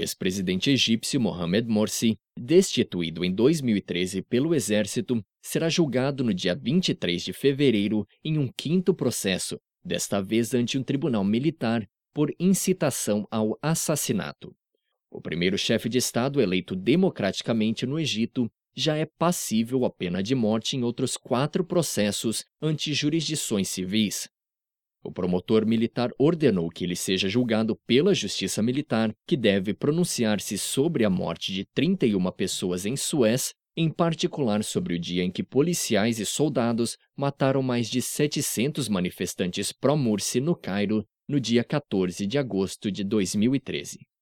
ex-presidente egípcio Mohamed Morsi, destituído em 2013 pelo exército, será julgado no dia 23 de fevereiro em um quinto processo, desta vez ante um tribunal militar, por incitação ao assassinato. O primeiro chefe de Estado eleito democraticamente no Egito já é passível à pena de morte em outros 4 processos ante jurisdições civis. O promotor militar ordenou que ele seja julgado pela Justiça Militar, que deve pronunciar-se sobre a morte de 31 pessoas em Suez, em particular sobre o dia em que policiais e soldados mataram mais de 700 manifestantes pró-Morsi no Cairo, no dia 14 de agosto de 2013.